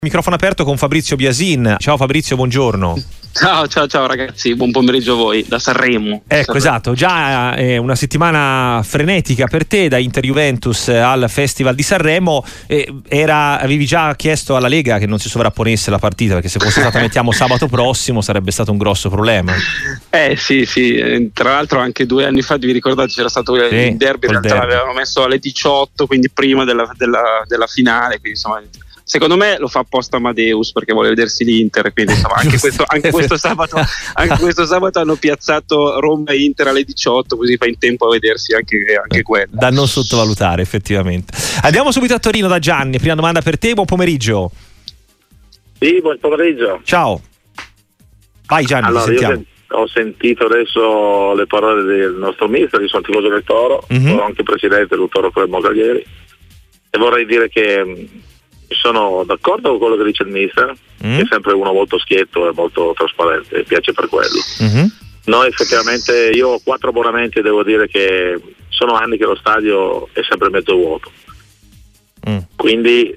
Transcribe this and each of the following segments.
Microfono aperto con Fabrizio Biasin. Ciao Fabrizio, buongiorno. Ciao ragazzi, buon pomeriggio a voi da Sanremo. Ecco, esatto, già una settimana frenetica per te, da Inter Juventus al Festival di Sanremo. Avevi già chiesto alla Lega che non si sovrapponesse la partita, perché se fosse stata mettiamo sabato prossimo sarebbe stato un grosso problema. Sì, tra l'altro anche 2 anni fa, vi ricordate, c'era stato il derby, in realtà l'avevano messo alle 18, quindi prima della finale, quindi insomma secondo me lo fa apposta Amadeus perché vuole vedersi l'Inter, quindi insomma anche questo sabato hanno piazzato Roma e Inter alle 18, così fa in tempo a vedersi anche quella. Da non sottovalutare, effettivamente. Andiamo subito a Torino da Gianni. Prima domanda per te, buon pomeriggio. Sì, buon pomeriggio. Ciao. Vai Gianni, allora, sentiamo. Ho sentito adesso le parole del nostro mister, io sono tifoso del Toro, sono anche presidente del Toro Club Mogaglieri, e vorrei dire che sono d'accordo con quello che dice il mister, che è sempre uno molto schietto e molto trasparente, mi piace per quello. Noi effettivamente, io ho 4 abbonamenti e devo dire che sono anni che lo stadio è sempre mezzo vuoto. Quindi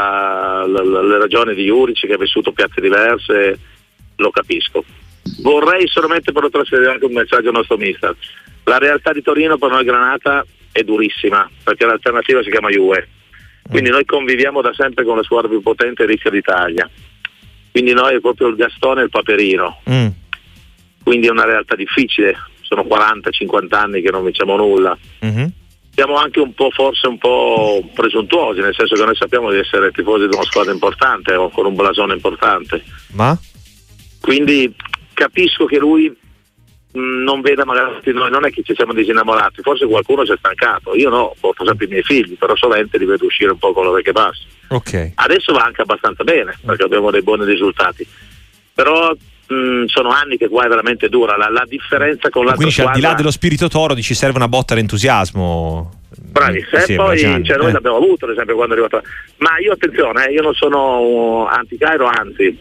le ragioni di Juric, che ha vissuto piazze diverse, lo capisco. Vorrei solamente però trasferire anche un messaggio al nostro mister. La realtà di Torino per noi Granata è durissima, perché l'alternativa si chiama Juve. Quindi noi conviviamo da sempre con la squadra più potente e ricca d'Italia, quindi noi è proprio il Gastone e il Paperino, quindi è una realtà difficile, sono 40-50 anni che non vinciamo nulla. Siamo anche forse un po' presuntuosi, nel senso che noi sappiamo di essere tifosi di una squadra importante o con un blasone importante, ma quindi capisco che lui non veda magari noi, non è che ci siamo disinnamorati, forse qualcuno si è stancato, io no, porto sempre i miei figli, però sovente li vedo uscire un po' con le vecchie basse. Adesso va anche abbastanza bene perché abbiamo dei buoni risultati, però sono anni che qua è veramente dura la differenza con l'altra squadra. Quindi al di là dello spirito toro ci serve una botta d'entusiasmo. Bravi, poi noi l'abbiamo avuto ad esempio quando è arrivato, ma io attenzione, io non sono anti-Cairo, anzi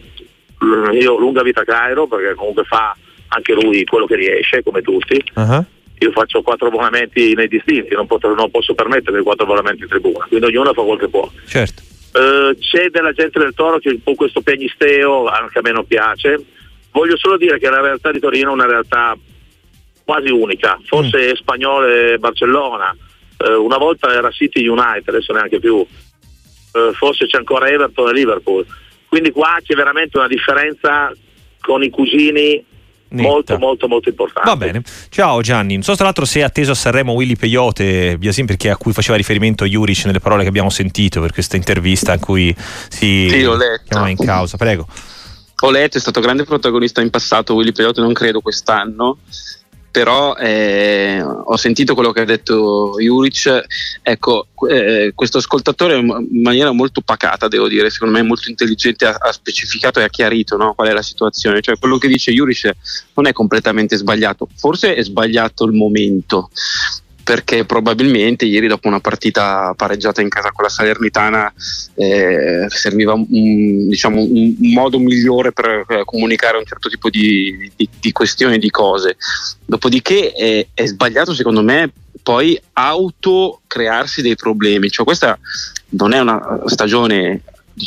io lunga vita Cairo, perché comunque fa anche lui quello che riesce, come tutti. Io faccio 4 abbonamenti nei distinti, non posso permettere 4 abbonamenti in tribuna, quindi ognuno fa quel che può. Certo. C'è della gente del Toro che un po' questo piagnisteo anche a me non piace. Voglio solo dire che la realtà di Torino è una realtà quasi unica, forse Spagnol e Barcellona, una volta era City United, adesso neanche più, forse c'è ancora Everton e Liverpool, quindi qua c'è veramente una differenza con i cugini molto importante. Va bene, ciao Gianni. Non so tra l'altro se è atteso a Sanremo Willy Peyote, Biasin, perché a cui faceva riferimento Juric nelle parole che abbiamo sentito per questa intervista in cui si chiamava in causa. Prego. Ho letto, è stato grande protagonista in passato Willy Peyote, non credo quest'anno, però ho sentito quello che ha detto Juric. Ecco, questo ascoltatore in maniera molto pacata, devo dire, secondo me molto intelligente, ha specificato e ha chiarito, no, qual è la situazione. Cioè quello che dice Juric non è completamente sbagliato, forse è sbagliato il momento, perché probabilmente ieri dopo una partita pareggiata in casa con la Salernitana serviva un modo migliore per comunicare un certo tipo di questioni, di cose. Dopodiché è sbagliato secondo me poi crearsi dei problemi, cioè questa non è una stagione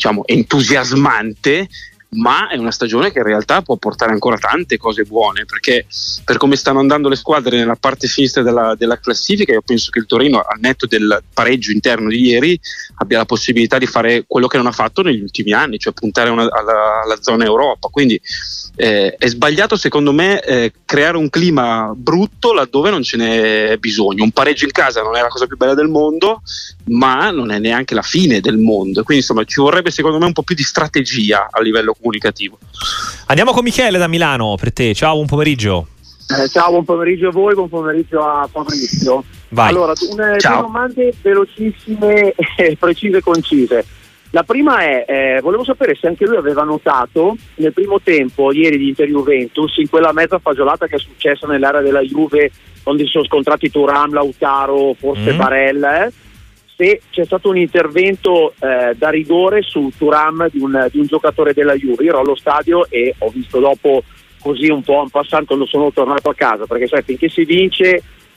entusiasmante, ma è una stagione che in realtà può portare ancora tante cose buone, perché per come stanno andando le squadre nella parte sinistra della classifica, io penso che il Torino, al netto del pareggio interno di ieri, abbia la possibilità di fare quello che non ha fatto negli ultimi anni, cioè puntare alla zona Europa. Quindi è sbagliato secondo me creare un clima brutto laddove non ce n'è bisogno. Un pareggio in casa non è la cosa più bella del mondo, ma non è neanche la fine del mondo, quindi insomma ci vorrebbe secondo me un po' più di strategia a livello comunicativo. Andiamo con Michele da Milano per te. Ciao, buon pomeriggio. Ciao, buon pomeriggio a voi, buon pomeriggio a Fabrizio. Vai. Allora, due domande velocissime, precise e concise. La prima è, volevo sapere se anche lui aveva notato nel primo tempo ieri di Inter Juventus, in quella mezza fagiolata che è successa nell'area della Juve, quando si sono scontrati Thuram, Lautaro, forse Barella, se c'è stato un intervento da rigore su Thuram di un giocatore della Juve. Io ero allo stadio e ho visto dopo, così un po' en passant, quando sono tornato a casa, perché sai, finché si vince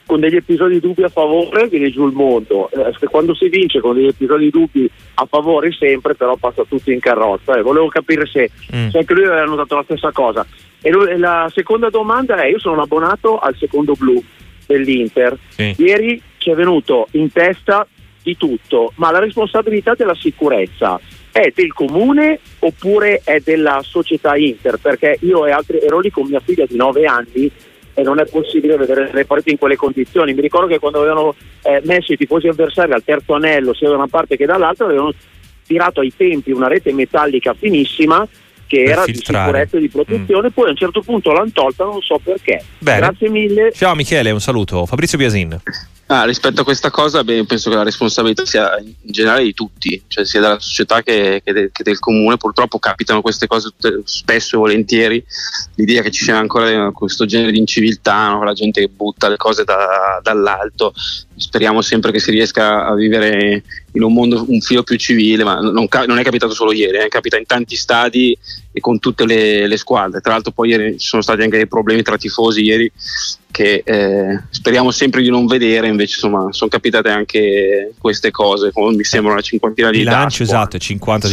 con degli episodi dubbi a favore viene giù il mondo, quando si vince con degli episodi dubbi a favore sempre, però passa tutto in carrozza. Volevo capire se anche lui aveva notato la stessa cosa. E la seconda domanda è: io sono un abbonato al secondo blu dell'Inter, ieri ci è venuto in testa di tutto, ma la responsabilità della sicurezza è del comune oppure è della società Inter? Perché io e altri ero lì con mia figlia di 9 anni e non è possibile vedere le partite in quelle condizioni. Mi ricordo che quando avevano messo i tifosi avversari al terzo anello, sia da una parte che dall'altra, avevano tirato ai tempi una rete metallica finissima che era di sicurezza e di protezione, poi a un certo punto l'hanno tolta, non so perché. Bene. Grazie mille. Ciao Michele, un saluto. Fabrizio Biasin. Rispetto a questa cosa, penso che la responsabilità sia in generale di tutti, cioè sia della società che del comune. Purtroppo capitano queste cose spesso e volentieri, l'idea che ci sia ancora questo genere di inciviltà, no? La gente che butta le cose dall'alto. Speriamo sempre che si riesca a vivere in un mondo un filo più civile, ma non è capitato solo ieri, capita in tanti stadi e con tutte le squadre. Tra l'altro poi ieri ci sono stati anche dei problemi tra tifosi ieri che speriamo sempre di non vedere, invece insomma sono capitate anche queste cose, mi sembra una cinquantina di bilancio, esatto, 50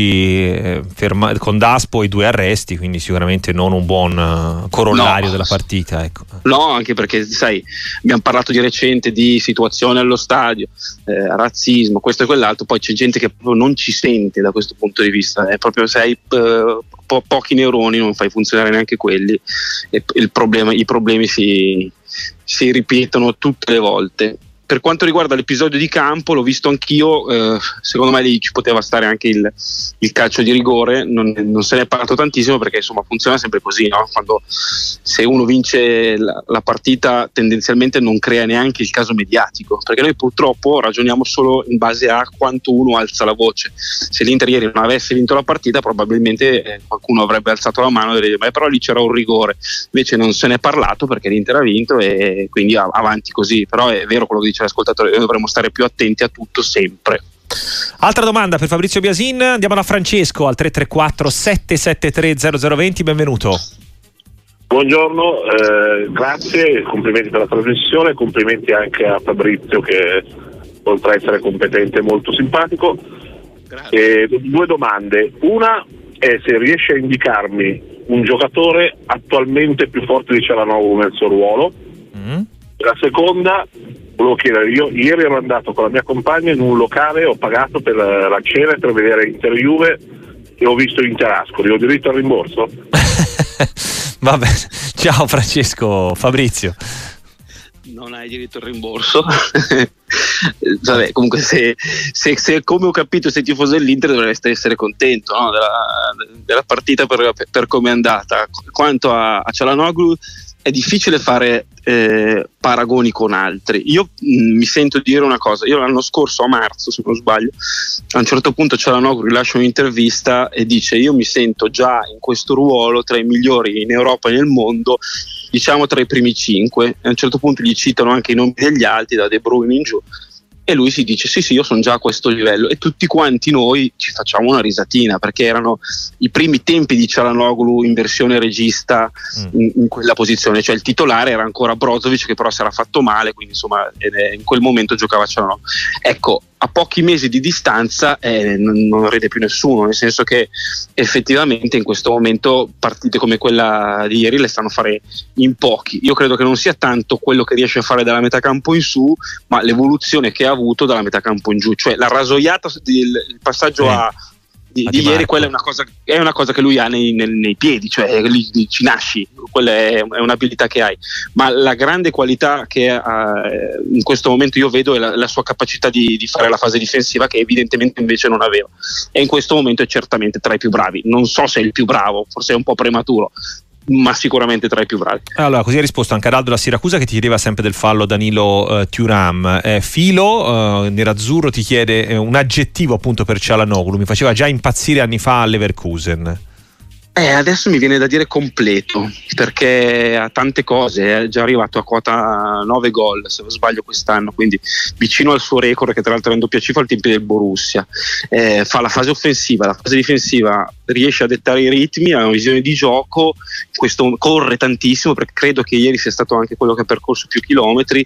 tifosi con Daspo e 2 arresti, quindi sicuramente non un buon corollario della partita, ecco. No, anche perché sai, abbiamo parlato di recente di situazione allo stadio, razzismo, questo e quell'altro, poi c'è gente che proprio non ci sente da questo punto di vista, è proprio se hai pochi neuroni non fai funzionare neanche quelli e i problemi si ripetono tutte le volte. Per quanto riguarda l'episodio di campo, l'ho visto anch'io, secondo me lì ci poteva stare anche il calcio di rigore, non se ne è parlato tantissimo perché insomma funziona sempre così, no? Quando se uno vince la partita tendenzialmente non crea neanche il caso mediatico, perché noi purtroppo ragioniamo solo in base a quanto uno alza la voce. Se l'Inter ieri non avesse vinto la partita probabilmente qualcuno avrebbe alzato la mano e direbbe ma però lì c'era un rigore, invece non se ne è parlato perché l'Inter ha vinto e quindi avanti così. Però è vero quello che dice l'ascoltatore, dovremmo stare più attenti a tutto sempre. Altra domanda per Fabrizio Biasin, andiamo da Francesco al 334 773 0020, benvenuto. Buongiorno, grazie, complimenti per la trasmissione, complimenti anche a Fabrizio che oltre a essere competente è molto simpatico. Due domande, una è se riesce a indicarmi un giocatore attualmente più forte di Cialanoglu nel suo ruolo. La seconda, volevo chiedere, io ieri ero andato con la mia compagna in un locale, ho pagato per la cena per vedere Inter Juve e ho visto Inter Ascoli, ho diritto al rimborso? Va bene, ciao Francesco. Fabrizio. Non hai diritto al rimborso. Vabbè, comunque se come ho capito sei tifoso dell'Inter dovreste essere contento, no? della partita per come è andata. Quanto a Cialanoglu è difficile fare paragoni con altri. Io mi sento dire una cosa, io l'anno scorso a marzo se non sbaglio a un certo punto Cialanoglu rilascia un'intervista e dice io mi sento già in questo ruolo tra i migliori in Europa e nel mondo, diciamo tra i primi 5, e a un certo punto gli citano anche i nomi degli altri da De Bruyne in giù e lui si dice sì io sono già a questo livello, e tutti quanti noi ci facciamo una risatina perché erano i primi tempi di Cialanoglu in versione regista in quella posizione, cioè il titolare era ancora Brozovic che però si era fatto male, quindi insomma in quel momento giocava Cialanoglu. Ecco, a pochi mesi di distanza non ride più nessuno, nel senso che effettivamente in questo momento partite come quella di ieri le stanno a fare in pochi. Io credo che non sia tanto quello che riesce a fare dalla metà campo in su, ma l'evoluzione che ha avuto dalla metà campo in giù, cioè la rasoiata, il passaggio di ieri, quella è una cosa che lui ha nei piedi, cioè lì ci nasci, quella è un'abilità che hai, ma la grande qualità che in questo momento io vedo è la sua capacità di fare la fase difensiva, che evidentemente invece non aveva, e in questo momento è certamente tra i più bravi. Non so se è il più bravo, forse è un po' prematuro, ma sicuramente tra i più bravi. Allora, così ha risposto anche Araldo da Siracusa, che ti chiedeva sempre del fallo Danilo Thuram. Filo Nerazzurro ti chiede un aggettivo appunto per Cialanoglu, mi faceva già impazzire anni fa a Leverkusen. Adesso mi viene da dire completo, perché ha tante cose, è già arrivato a quota 9 gol se non sbaglio quest'anno, quindi vicino al suo record, che tra l'altro è in doppia cifra al tempo del Borussia. Fa la fase offensiva, la fase difensiva riesce a dettare i ritmi, ha una visione di gioco, questo corre tantissimo, perché credo che ieri sia stato anche quello che ha percorso più chilometri,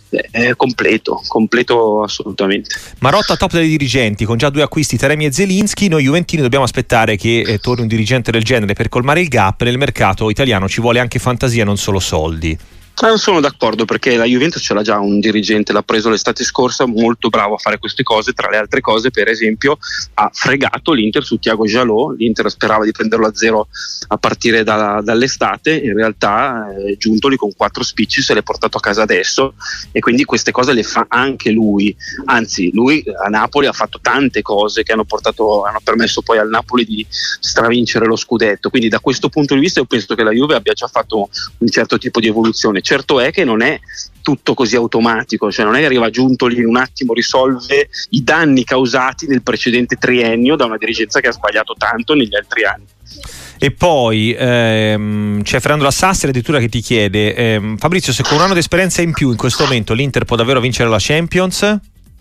completo assolutamente. Marotta top dei dirigenti, con già 2 acquisti, Taremi e Zelinski. Noi juventini dobbiamo aspettare che torni un dirigente del genere per colmare il gap. Nel mercato italiano ci vuole anche fantasia, non solo soldi. Non sono d'accordo, perché la Juventus ce l'ha già un dirigente, l'ha preso l'estate scorsa, molto bravo a fare queste cose. Tra le altre cose, per esempio, ha fregato l'Inter su Thiago Jalot. L'Inter sperava di prenderlo a zero a partire dall'estate, in realtà è giunto lì con 4 spicci, se l'è portato a casa adesso, e quindi queste cose le fa anche lui. Anzi, lui a Napoli ha fatto tante cose che hanno permesso poi al Napoli di stravincere lo scudetto. Quindi da questo punto di vista io penso che la Juve abbia già fatto un certo tipo di evoluzione. Certo è che non è tutto così automatico, cioè non è che arriva giunto lì in un attimo, risolve i danni causati nel precedente triennio da una dirigenza che ha sbagliato tanto negli altri anni. E poi c'è Fernando Lassasseri addirittura che ti chiede Fabrizio, se con un anno di esperienza in più in questo momento l'Inter può davvero vincere la Champions?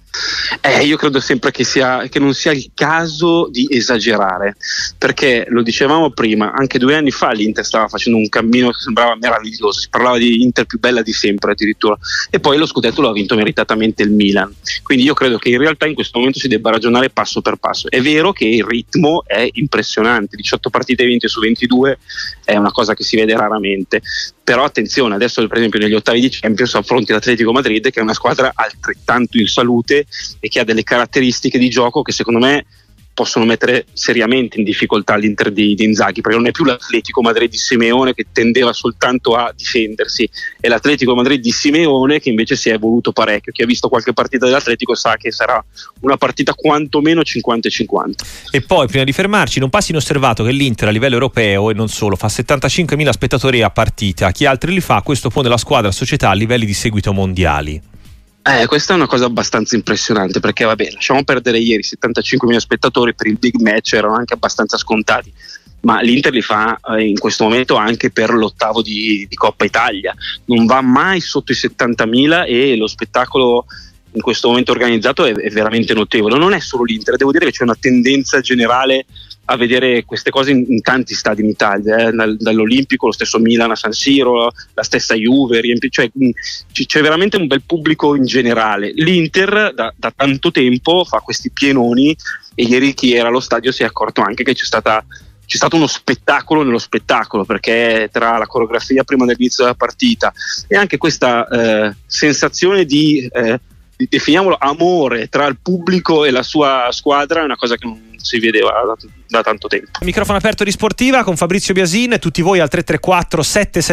Io credo sempre che non sia il caso di esagerare, perché lo dicevamo prima, anche 2 anni fa l'Inter stava facendo un cammino che sembrava meraviglioso, si parlava di Inter più bella di sempre addirittura, e poi lo scudetto lo ha vinto meritatamente il Milan. Quindi io credo che in realtà in questo momento si debba ragionare passo per passo. È vero che il ritmo è impressionante, 18 partite vinte su 22 è una cosa che si vede raramente, però attenzione, adesso per esempio negli ottavi di Champions affronti l'Atletico Madrid, che è una squadra altrettanto in salute e che ha delle caratteristiche di gioco che secondo me possono mettere seriamente in difficoltà l'Inter di Inzaghi, perché non è più l'Atletico Madrid di Simeone che tendeva soltanto a difendersi, è l'Atletico Madrid di Simeone che invece si è evoluto parecchio. Chi ha visto qualche partita dell'Atletico sa che sarà una partita quantomeno 50-50. E poi, prima di fermarci, non passi inosservato che l'Inter a livello europeo e non solo fa 75.000 spettatori a partita. Chi altri li fa? Questo pone la squadra società a livelli di seguito mondiali. Questa è una cosa abbastanza impressionante, perché vabbè, lasciamo perdere ieri 75.000 spettatori, per il big match erano anche abbastanza scontati, ma l'Inter li fa in questo momento anche per l'ottavo di Coppa Italia, non va mai sotto i 70.000 e lo spettacolo in questo momento organizzato è veramente notevole. Non è solo l'Inter, devo dire che c'è una tendenza generale a vedere queste cose in tanti stadi in Italia, dall'Olimpico, lo stesso Milan a San Siro, la stessa Juve, cioè c'è veramente un bel pubblico in generale. L'Inter da tanto tempo fa questi pienoni, e ieri chi era allo stadio si è accorto anche che c'è stato uno spettacolo nello spettacolo, perché tra la coreografia prima dell'inizio della partita e anche questa sensazione di definiamolo amore tra il pubblico e la sua squadra, è una cosa che non si vedeva da tanto tempo. Microfono aperto di Sportiva con Fabrizio Biasin e tutti voi al 334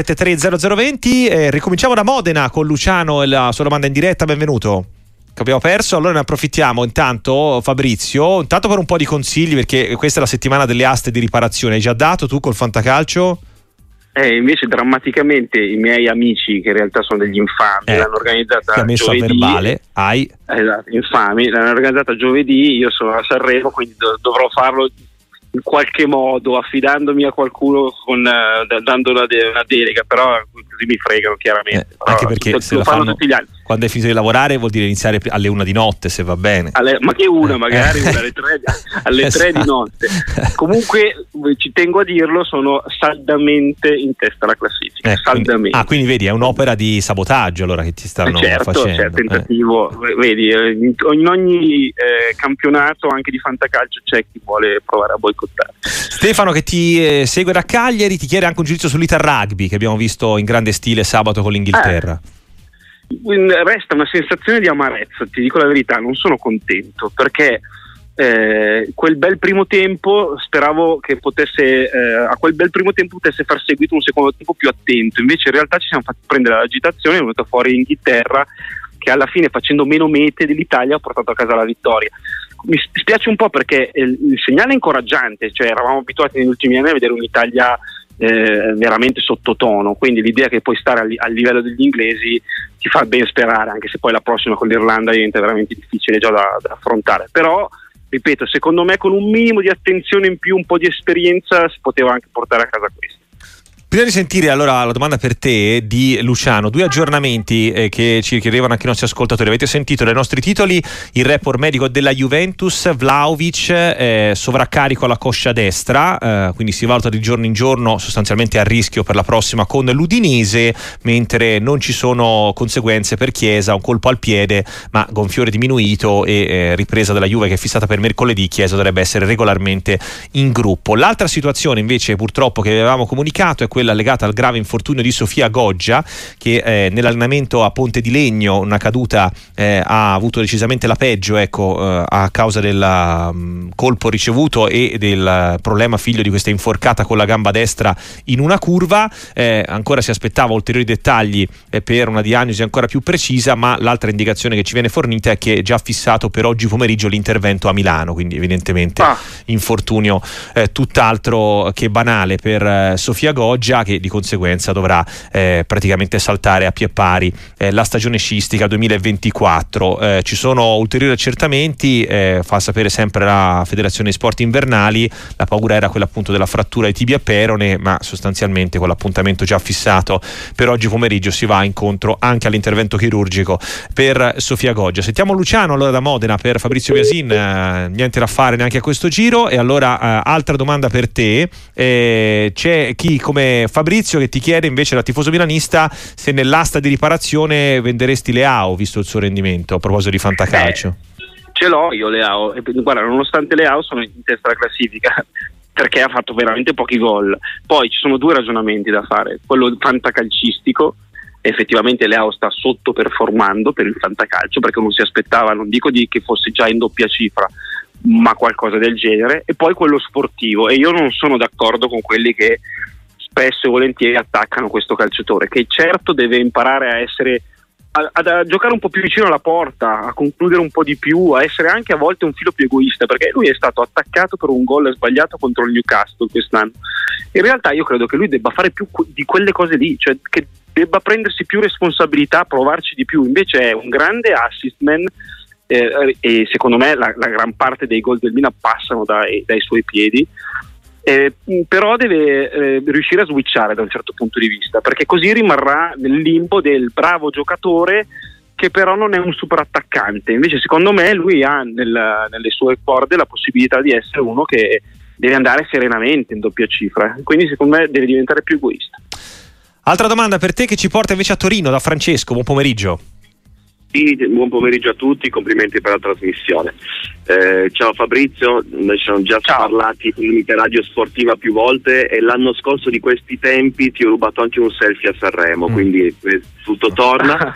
773 0020. Ricominciamo da Modena con Luciano e la sua domanda in diretta. Benvenuto. Che abbiamo perso, allora ne approfittiamo intanto, Fabrizio, intanto per un po' di consigli, perché questa è la settimana delle aste di riparazione. Hai già dato tu col fantacalcio? Invece drammaticamente i miei amici, che in realtà sono degli infami, l'hanno organizzata ti ha messo giovedì, a verbale, esatto, infami, l'hanno organizzata giovedì, io sono a Sanremo, quindi dovrò farlo in qualche modo, affidandomi a qualcuno dando una delega, però così mi fregano chiaramente. Anche perché se lo fanno tutti gli anni. Quando hai finito di lavorare vuol dire iniziare alle 1 di notte, se va bene. Ma che magari alle 3 di notte. Comunque ci tengo a dirlo, sono saldamente in testa alla classifica. Saldamente. Quindi vedi, è un'opera di sabotaggio allora che ti stanno facendo. Certo, tentativo. Vedi, in ogni campionato anche di fantacalcio c'è chi vuole provare a boicottare. Stefano, che ti segue da Cagliari, ti chiede anche un giudizio sull'Ital Rugby che abbiamo visto in grande stile sabato con l'Inghilterra. Resta una sensazione di amarezza, ti dico la verità, non sono contento, perché quel bel primo tempo speravo che a quel bel primo tempo potesse far seguito un secondo tempo più attento, invece in realtà ci siamo fatti prendere l'agitazione, è venuta fuori l'Inghilterra che alla fine, facendo meno mete dell'Italia, ha portato a casa la vittoria. Mi spiace un po' perché il segnale è incoraggiante, cioè eravamo abituati negli ultimi anni a vedere un'Italia veramente sottotono, quindi l'idea che puoi stare al livello degli inglesi ti fa ben sperare, anche se poi la prossima con l'Irlanda diventa veramente difficile già da affrontare. Però ripeto, secondo me con un minimo di attenzione in più, un po' di esperienza, si poteva anche portare a casa questo. Prima di sentire allora la domanda per te di Luciano, 2 aggiornamenti che ci chiedevano anche i nostri ascoltatori. Avete sentito dai nostri titoli il report medico della Juventus, Vlahovic sovraccarico alla coscia destra, quindi si valuta di giorno in giorno, sostanzialmente a rischio per la prossima con l'Udinese, mentre non ci sono conseguenze per Chiesa, un colpo al piede ma gonfiore diminuito e ripresa della Juve che è fissata per mercoledì. Chiesa dovrebbe essere regolarmente in gruppo. L'altra situazione invece purtroppo che avevamo comunicato è quella legata al grave infortunio di Sofia Goggia, che nell'allenamento a Ponte di Legno, una caduta, ha avuto decisamente la peggio, a causa del colpo ricevuto e del problema figlio di questa inforcata con la gamba destra in una curva. Ancora si aspettava ulteriori dettagli per una diagnosi ancora più precisa, ma l'altra indicazione che ci viene fornita è che è già fissato per oggi pomeriggio l'intervento a Milano, quindi evidentemente infortunio tutt'altro che banale per Sofia Goggia, che di conseguenza dovrà praticamente saltare a pie pari la stagione sciistica 2024. Ci sono ulteriori accertamenti, fa sapere sempre la Federazione Sport Invernali. La paura era quella appunto della frattura di tibia perone, ma sostanzialmente con l'appuntamento già fissato per oggi pomeriggio si va incontro anche all'intervento chirurgico per Sofia Goggia. Sentiamo Luciano allora da Modena per Fabrizio Biasin. Niente da fare neanche a questo giro. E allora altra domanda per te, c'è chi come Fabrizio che ti chiede invece, da tifoso milanista, se nell'asta di riparazione venderesti Leao visto il suo rendimento, a proposito di fantacalcio. Ce l'ho io Leao, e guarda, nonostante Leao sono in testa alla classifica perché ha fatto veramente pochi gol. Poi ci sono 2 ragionamenti da fare: quello fantacalcistico, effettivamente Leao sta sottoperformando per il fantacalcio perché non si aspettava, non dico che fosse già in doppia cifra, ma qualcosa del genere, e poi quello sportivo. E io non sono d'accordo con quelli che spesso e volentieri attaccano questo calciatore, che certo deve imparare a essere a giocare un po' più vicino alla porta, a concludere un po' di più, a essere anche a volte un filo più egoista, perché lui è stato attaccato per un gol sbagliato contro il Newcastle quest'anno. In realtà io credo che lui debba fare più di quelle cose lì, cioè che debba prendersi più responsabilità, provarci di più. Invece è un grande assist man, e secondo me la gran parte dei gol del Milan passano dai suoi piedi. Però deve riuscire a switchare da un certo punto di vista, perché così rimarrà nel limbo del bravo giocatore che però non è un super attaccante. Invece secondo me lui ha nelle sue corde la possibilità di essere uno che deve andare serenamente in doppia cifra, quindi secondo me deve diventare più egoista. Altra domanda per te che ci porta invece a Torino da Francesco. Buon pomeriggio. Sì, buon pomeriggio a tutti, complimenti per la trasmissione. Ciao Fabrizio, noi ci siamo già parlati in radio sportiva più volte e l'anno scorso di questi tempi ti ho rubato anche un selfie a Sanremo, quindi tutto torna.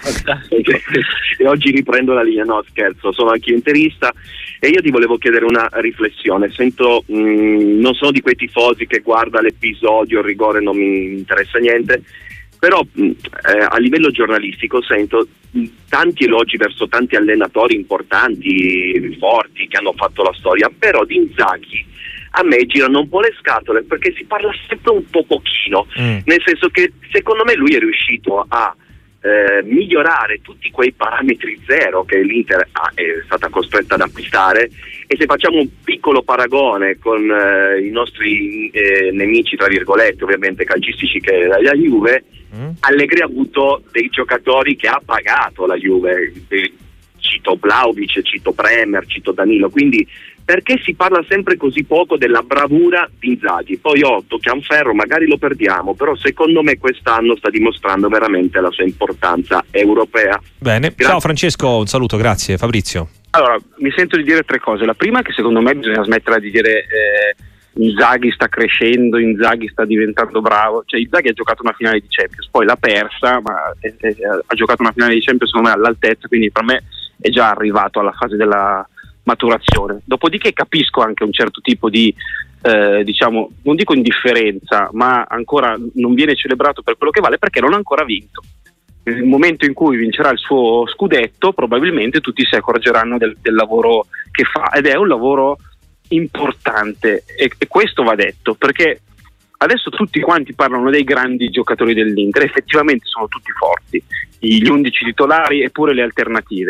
E oggi riprendo la linea, no scherzo, sono anche interista e io ti volevo chiedere una riflessione. Sento, non sono di quei tifosi che guarda l'episodio, il rigore non mi interessa niente, però a livello giornalistico sento tanti elogi verso tanti allenatori importanti, forti, che hanno fatto la storia, però di Inzaghi a me girano un po' le scatole perché si parla sempre un po' pochino, nel senso che secondo me lui è riuscito a migliorare tutti quei parametri zero che l'Inter è stata costretta ad acquistare. E se facciamo un piccolo paragone con i nostri nemici, tra virgolette, ovviamente calcistici, che è la Juve, Allegri ha avuto dei giocatori che ha pagato la Juve, cito Vlahovic, cito Bremer, cito Danilo, quindi perché si parla sempre così poco della bravura di Inzaghi? Poi tocchiamo ferro, magari lo perdiamo, però secondo me quest'anno sta dimostrando veramente la sua importanza europea. Bene, grazie. Ciao Francesco, un saluto, grazie. Fabrizio. Allora, mi sento di dire 3 cose. La prima è che secondo me bisogna smettere di dire Inzaghi sta crescendo, Inzaghi sta diventando bravo. Cioè Inzaghi ha giocato una finale di Champions, poi l'ha persa, ma ha giocato una finale di Champions secondo me all'altezza, quindi per me è già arrivato alla fase della maturazione. Dopodiché capisco anche un certo tipo di diciamo, non dico indifferenza, ma ancora non viene celebrato per quello che vale perché non ha ancora vinto. Nel momento in cui vincerà il suo scudetto probabilmente tutti si accorgeranno del lavoro che fa, ed è un lavoro importante e questo va detto, perché adesso tutti quanti parlano dei grandi giocatori dell'Inter, effettivamente sono tutti forti, gli 11 titolari e pure le alternative,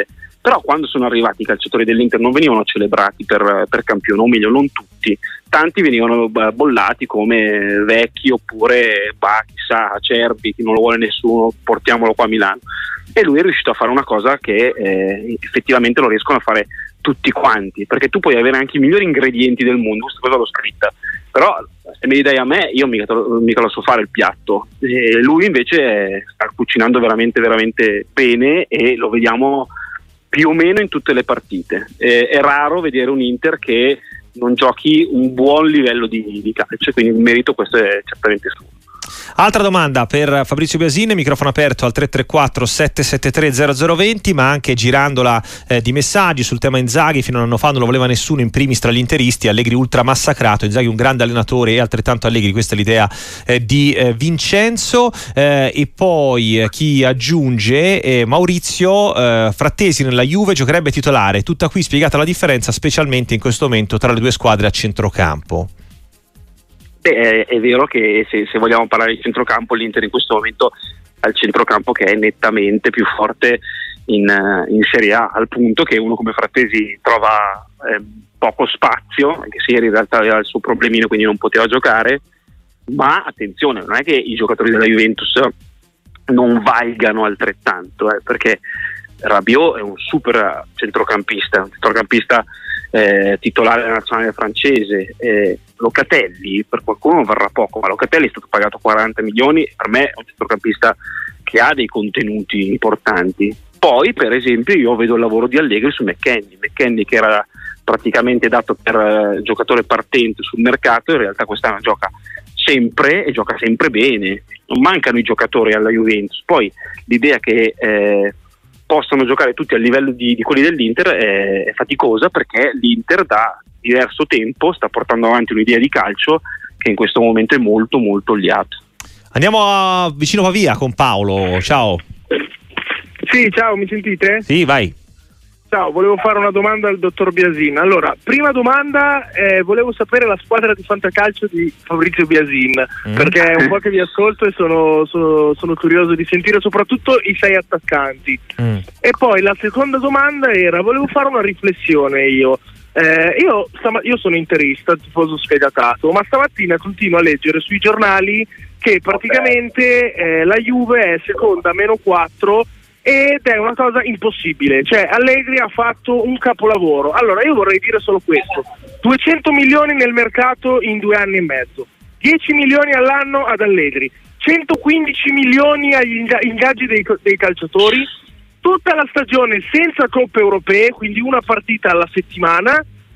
però quando sono arrivati i calciatori dell'Inter non venivano celebrati per campione, o meglio non tutti, tanti venivano bollati come vecchi, oppure chissà, Acerbi, chi non lo vuole nessuno, portiamolo qua a Milano. E lui è riuscito a fare una cosa che effettivamente lo riescono a fare tutti quanti, perché tu puoi avere anche i migliori ingredienti del mondo, questa cosa l'ho scritta, però se me li dai a me io mica lo so fare il piatto, e lui invece sta cucinando veramente veramente bene, e lo vediamo più o meno in tutte le partite. È raro vedere un Inter che non giochi un buon livello di calcio, quindi il merito questo è certamente suo. Altra domanda per Fabrizio Biasin, microfono aperto al 334 773 0020, ma anche girandola di messaggi sul tema Inzaghi. Fino a un anno fa non lo voleva nessuno, in primis tra gli interisti, Allegri ultra massacrato, Inzaghi un grande allenatore e altrettanto Allegri, questa è l'idea di Vincenzo. E poi chi aggiunge, Maurizio, Frattesi nella Juve giocherebbe titolare, tutta qui spiegata la differenza specialmente in questo momento tra le due squadre a centrocampo. È vero che se vogliamo parlare di centrocampo, l'Inter in questo momento ha il centrocampo che è nettamente più forte in Serie A, al punto che uno come Frattesi trova poco spazio, anche se ieri in realtà aveva il suo problemino, quindi non poteva giocare. Ma attenzione, non è che i giocatori della Juventus non valgano altrettanto, perché Rabiot è un super centrocampista, titolare della nazionale francese. Locatelli per qualcuno varrà poco, ma Locatelli è stato pagato 40 milioni, per me è un centrocampista che ha dei contenuti importanti. Poi per esempio io vedo il lavoro di Allegri su McKennie che era praticamente dato per giocatore partente sul mercato, in realtà quest'anno gioca sempre e gioca sempre bene, non mancano i giocatori alla Juventus. Poi l'idea che possano giocare tutti a livello di quelli dell'Inter è faticosa, perché l'Inter da diverso tempo sta portando avanti un'idea di calcio che in questo momento è molto molto oliata. Andiamo a vicino Pavia con Paolo, ciao. Sì, ciao, mi sentite? Sì, vai. Ciao, volevo fare una domanda al dottor Biasin. Allora, prima domanda, volevo sapere la squadra di fantacalcio di Fabrizio Biasin, perché è un po' che vi ascolto e sono curioso di sentire soprattutto i 6 attaccanti. E poi la seconda domanda era, volevo fare una riflessione io. Io sono interista, tifoso sfegatato, ma stamattina continuo a leggere sui giornali che praticamente la Juve è seconda a -4 ed è una cosa impossibile, cioè Allegri ha fatto un capolavoro. Allora io vorrei dire solo questo: 200 milioni nel mercato in 2 anni e mezzo, 10 milioni all'anno ad Allegri, 115 milioni agli ingaggi dei calciatori, tutta la stagione senza coppe europee, quindi una partita alla settimana.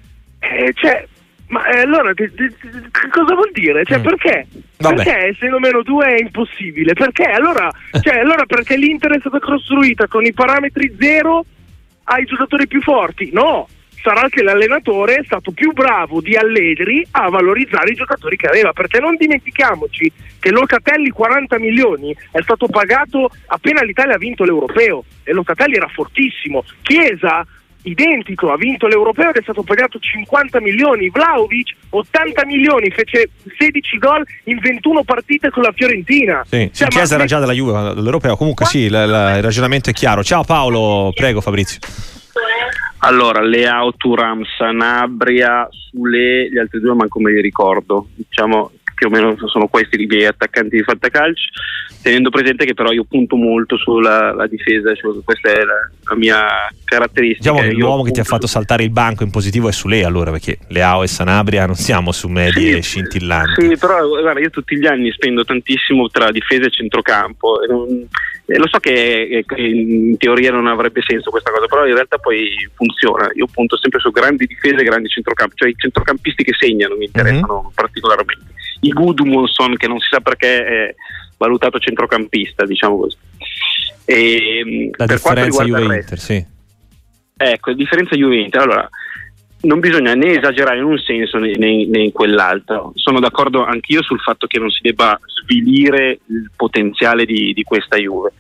Allora cosa vuol dire? Perché? Vabbè. Perché essendo -2 è impossibile? Perché? Allora perché l'Inter è stata costruita con i parametri zero ai giocatori più forti? No, sarà che l'allenatore è stato più bravo di Allegri a valorizzare i giocatori che aveva, perché non dimentichiamoci che Locatelli 40 milioni è stato pagato appena l'Italia ha vinto l'Europeo, e Locatelli era fortissimo. Chiesa identico, ha vinto l'Europeo ed è stato pagato 50 milioni. Vlahovic 80 milioni, fece 16 gol in 21 partite con la Fiorentina. Sì, Chiesa era già della Juve dell'Europeo. Comunque sì, il ragionamento è chiaro. Ciao Paolo, prego Fabrizio. Allora, Leao, Thuram, Sanabria, Sule, gli altri due manco me li ricordo, diciamo più o meno sono questi i miei attaccanti di fantacalcio, tenendo presente che però io punto molto sulla difesa, cioè questa è la mia caratteristica. Diciamo che l'uomo che ti ha fatto saltare il banco in positivo è Sule, allora, perché Leao e Sanabria non siamo su medie scintillanti. Sì, però guarda, io tutti gli anni spendo tantissimo tra difesa e centrocampo, lo so che in teoria non avrebbe senso questa cosa, però in realtà poi funziona. Io punto sempre su grandi difese e grandi centrocampi, cioè i centrocampisti che segnano mi interessano particolarmente. I Gudmundsson, che non si sa perché è valutato centrocampista, diciamo così. E la per quanto differenza riguarda Juve-Inter, sì. Ecco, differenza Juve-Inter. Allora, non bisogna né esagerare in un senso né in quell'altro. Sono d'accordo anch'io sul fatto che non si debba svilire il potenziale di questa Juve. È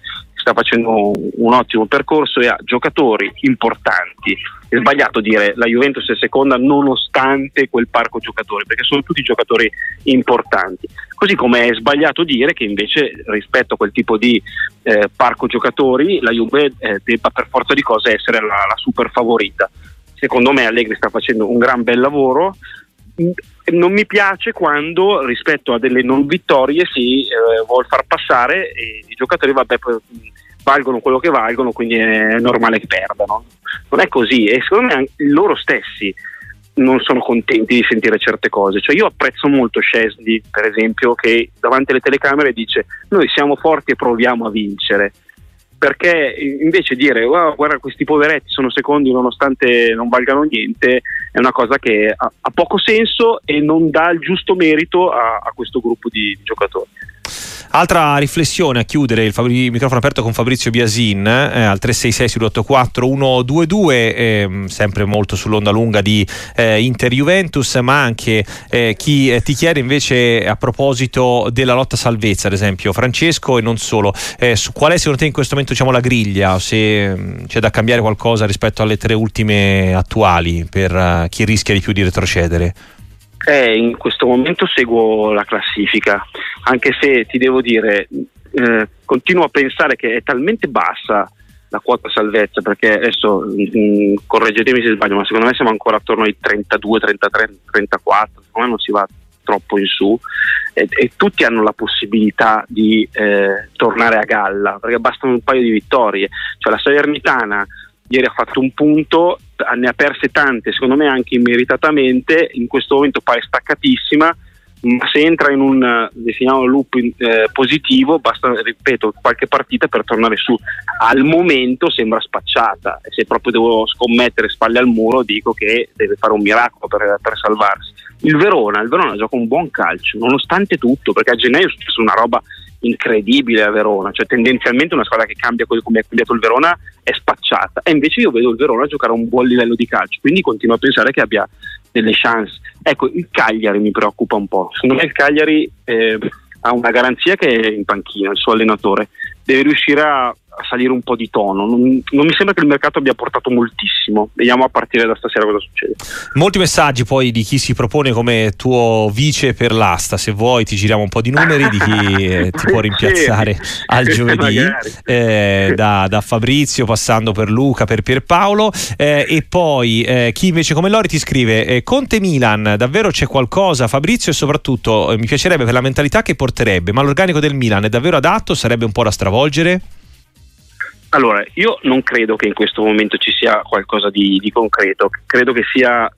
sta facendo un ottimo percorso e ha giocatori importanti. È sbagliato dire la Juventus è seconda nonostante quel parco giocatori, perché sono tutti giocatori importanti, così come è sbagliato dire che invece rispetto a quel tipo di parco giocatori la Juve debba per forza di cose essere la super favorita. Secondo me Allegri sta facendo un gran bel lavoro. Non mi piace quando rispetto a delle non vittorie si vuol far passare e i giocatori valgono quello che valgono, quindi è normale che perdano. Non è così, e secondo me anche loro stessi non sono contenti di sentire certe cose. Cioè io apprezzo molto Szczęsny, per esempio, che davanti alle telecamere dice noi siamo forti e proviamo a vincere, perché invece dire guarda questi poveretti sono secondi nonostante non valgano niente è una cosa che ha poco senso e non dà il giusto merito a questo gruppo di giocatori. Altra riflessione a chiudere, il microfono aperto con Fabrizio Biasin al 366-684-122, sempre molto sull'onda lunga di Inter-Juventus, ma anche chi ti chiede invece a proposito della lotta salvezza, ad esempio Francesco, e non solo, su qual è secondo te in questo momento la griglia, o se c'è da cambiare qualcosa rispetto alle 3 ultime attuali per chi rischia di più di retrocedere? In questo momento seguo la classifica, anche se ti devo dire continuo a pensare che è talmente bassa la quota salvezza, perché adesso correggetemi se sbaglio, ma secondo me siamo ancora attorno ai 32, 33, 34, secondo me non si va troppo in su, e tutti hanno la possibilità di tornare a galla, perché bastano un paio di vittorie. Cioè la Salernitana ieri ha fatto un punto, ne ha perse tante, secondo me anche immeritatamente, in questo momento pare staccatissima, ma se entra in un definiamo loop positivo basta, ripeto, qualche partita per tornare su. Al momento sembra spacciata, e se proprio devo scommettere spalle al muro dico che deve fare un miracolo per salvarsi. Il Verona gioca un buon calcio nonostante tutto, perché a gennaio è successo una roba incredibile a Verona, cioè tendenzialmente una squadra che cambia come è cambiato il Verona è spacciata, e invece io vedo il Verona giocare a un buon livello di calcio, quindi continuo a pensare che abbia delle chance. Ecco, il Cagliari mi preoccupa un po', secondo me il Cagliari ha una garanzia che è in panchina, il suo allenatore deve riuscire a salire un po' di tono, non mi sembra che il mercato abbia portato moltissimo, vediamo a partire da stasera cosa succede. Molti messaggi poi di chi si propone come tuo vice per l'asta, se vuoi ti giriamo un po' di numeri di chi ti può rimpiazzare al giovedì, da Fabrizio passando per Luca, per Pierpaolo, e poi chi invece come Lori ti scrive Conte Milan, davvero c'è qualcosa Fabrizio, e soprattutto mi piacerebbe per la mentalità che porterebbe, ma l'organico del Milan è davvero adatto, sarebbe un po' da stravolgere? Allora, io non credo che in questo momento ci sia qualcosa di concreto, credo che sia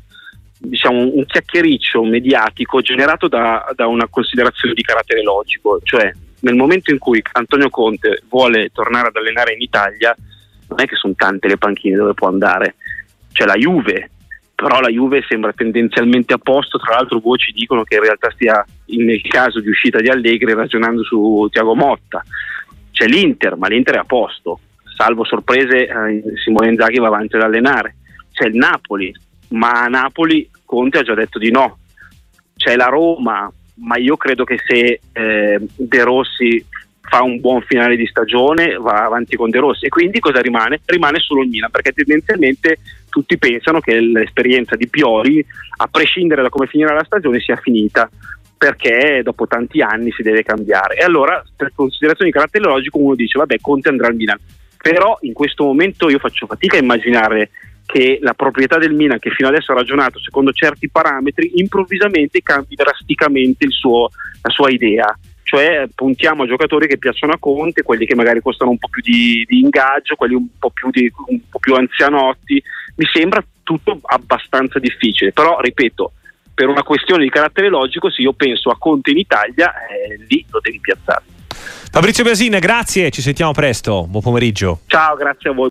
un chiacchiericcio mediatico generato da una considerazione di carattere logico, cioè nel momento in cui Antonio Conte vuole tornare ad allenare in Italia non è che sono tante le panchine dove può andare, c'è la Juve, però la Juve sembra tendenzialmente a posto, tra l'altro voci dicono che in realtà stia nel caso di uscita di Allegri ragionando su Thiago Motta. C'è l'Inter, ma l'Inter è a posto, salvo sorprese Simone Inzaghi va avanti ad allenare. C'è il Napoli, ma a Napoli Conte ha già detto di no. C'è la Roma, ma io credo che se De Rossi fa un buon finale di stagione va avanti con De Rossi, e quindi cosa rimane? Rimane solo il Milan, perché tendenzialmente tutti pensano che l'esperienza di Pioli, a prescindere da come finirà la stagione, sia finita, perché dopo tanti anni si deve cambiare. E allora, per considerazioni di carattere logico, uno dice vabbè, Conte andrà al Milan, però in questo momento io faccio fatica a immaginare che la proprietà del Milan, che fino adesso ha ragionato secondo certi parametri, improvvisamente cambi drasticamente la sua idea, cioè puntiamo a giocatori che piacciono a Conte, quelli che magari costano un po' più di ingaggio, quelli un po' più anzianotti. Mi sembra tutto abbastanza difficile, però ripeto, per una questione di carattere logico, se io penso a Conte in Italia, lì lo devi piazzare. Fabrizio Biasin, grazie, ci sentiamo presto, buon pomeriggio. Ciao, grazie a voi.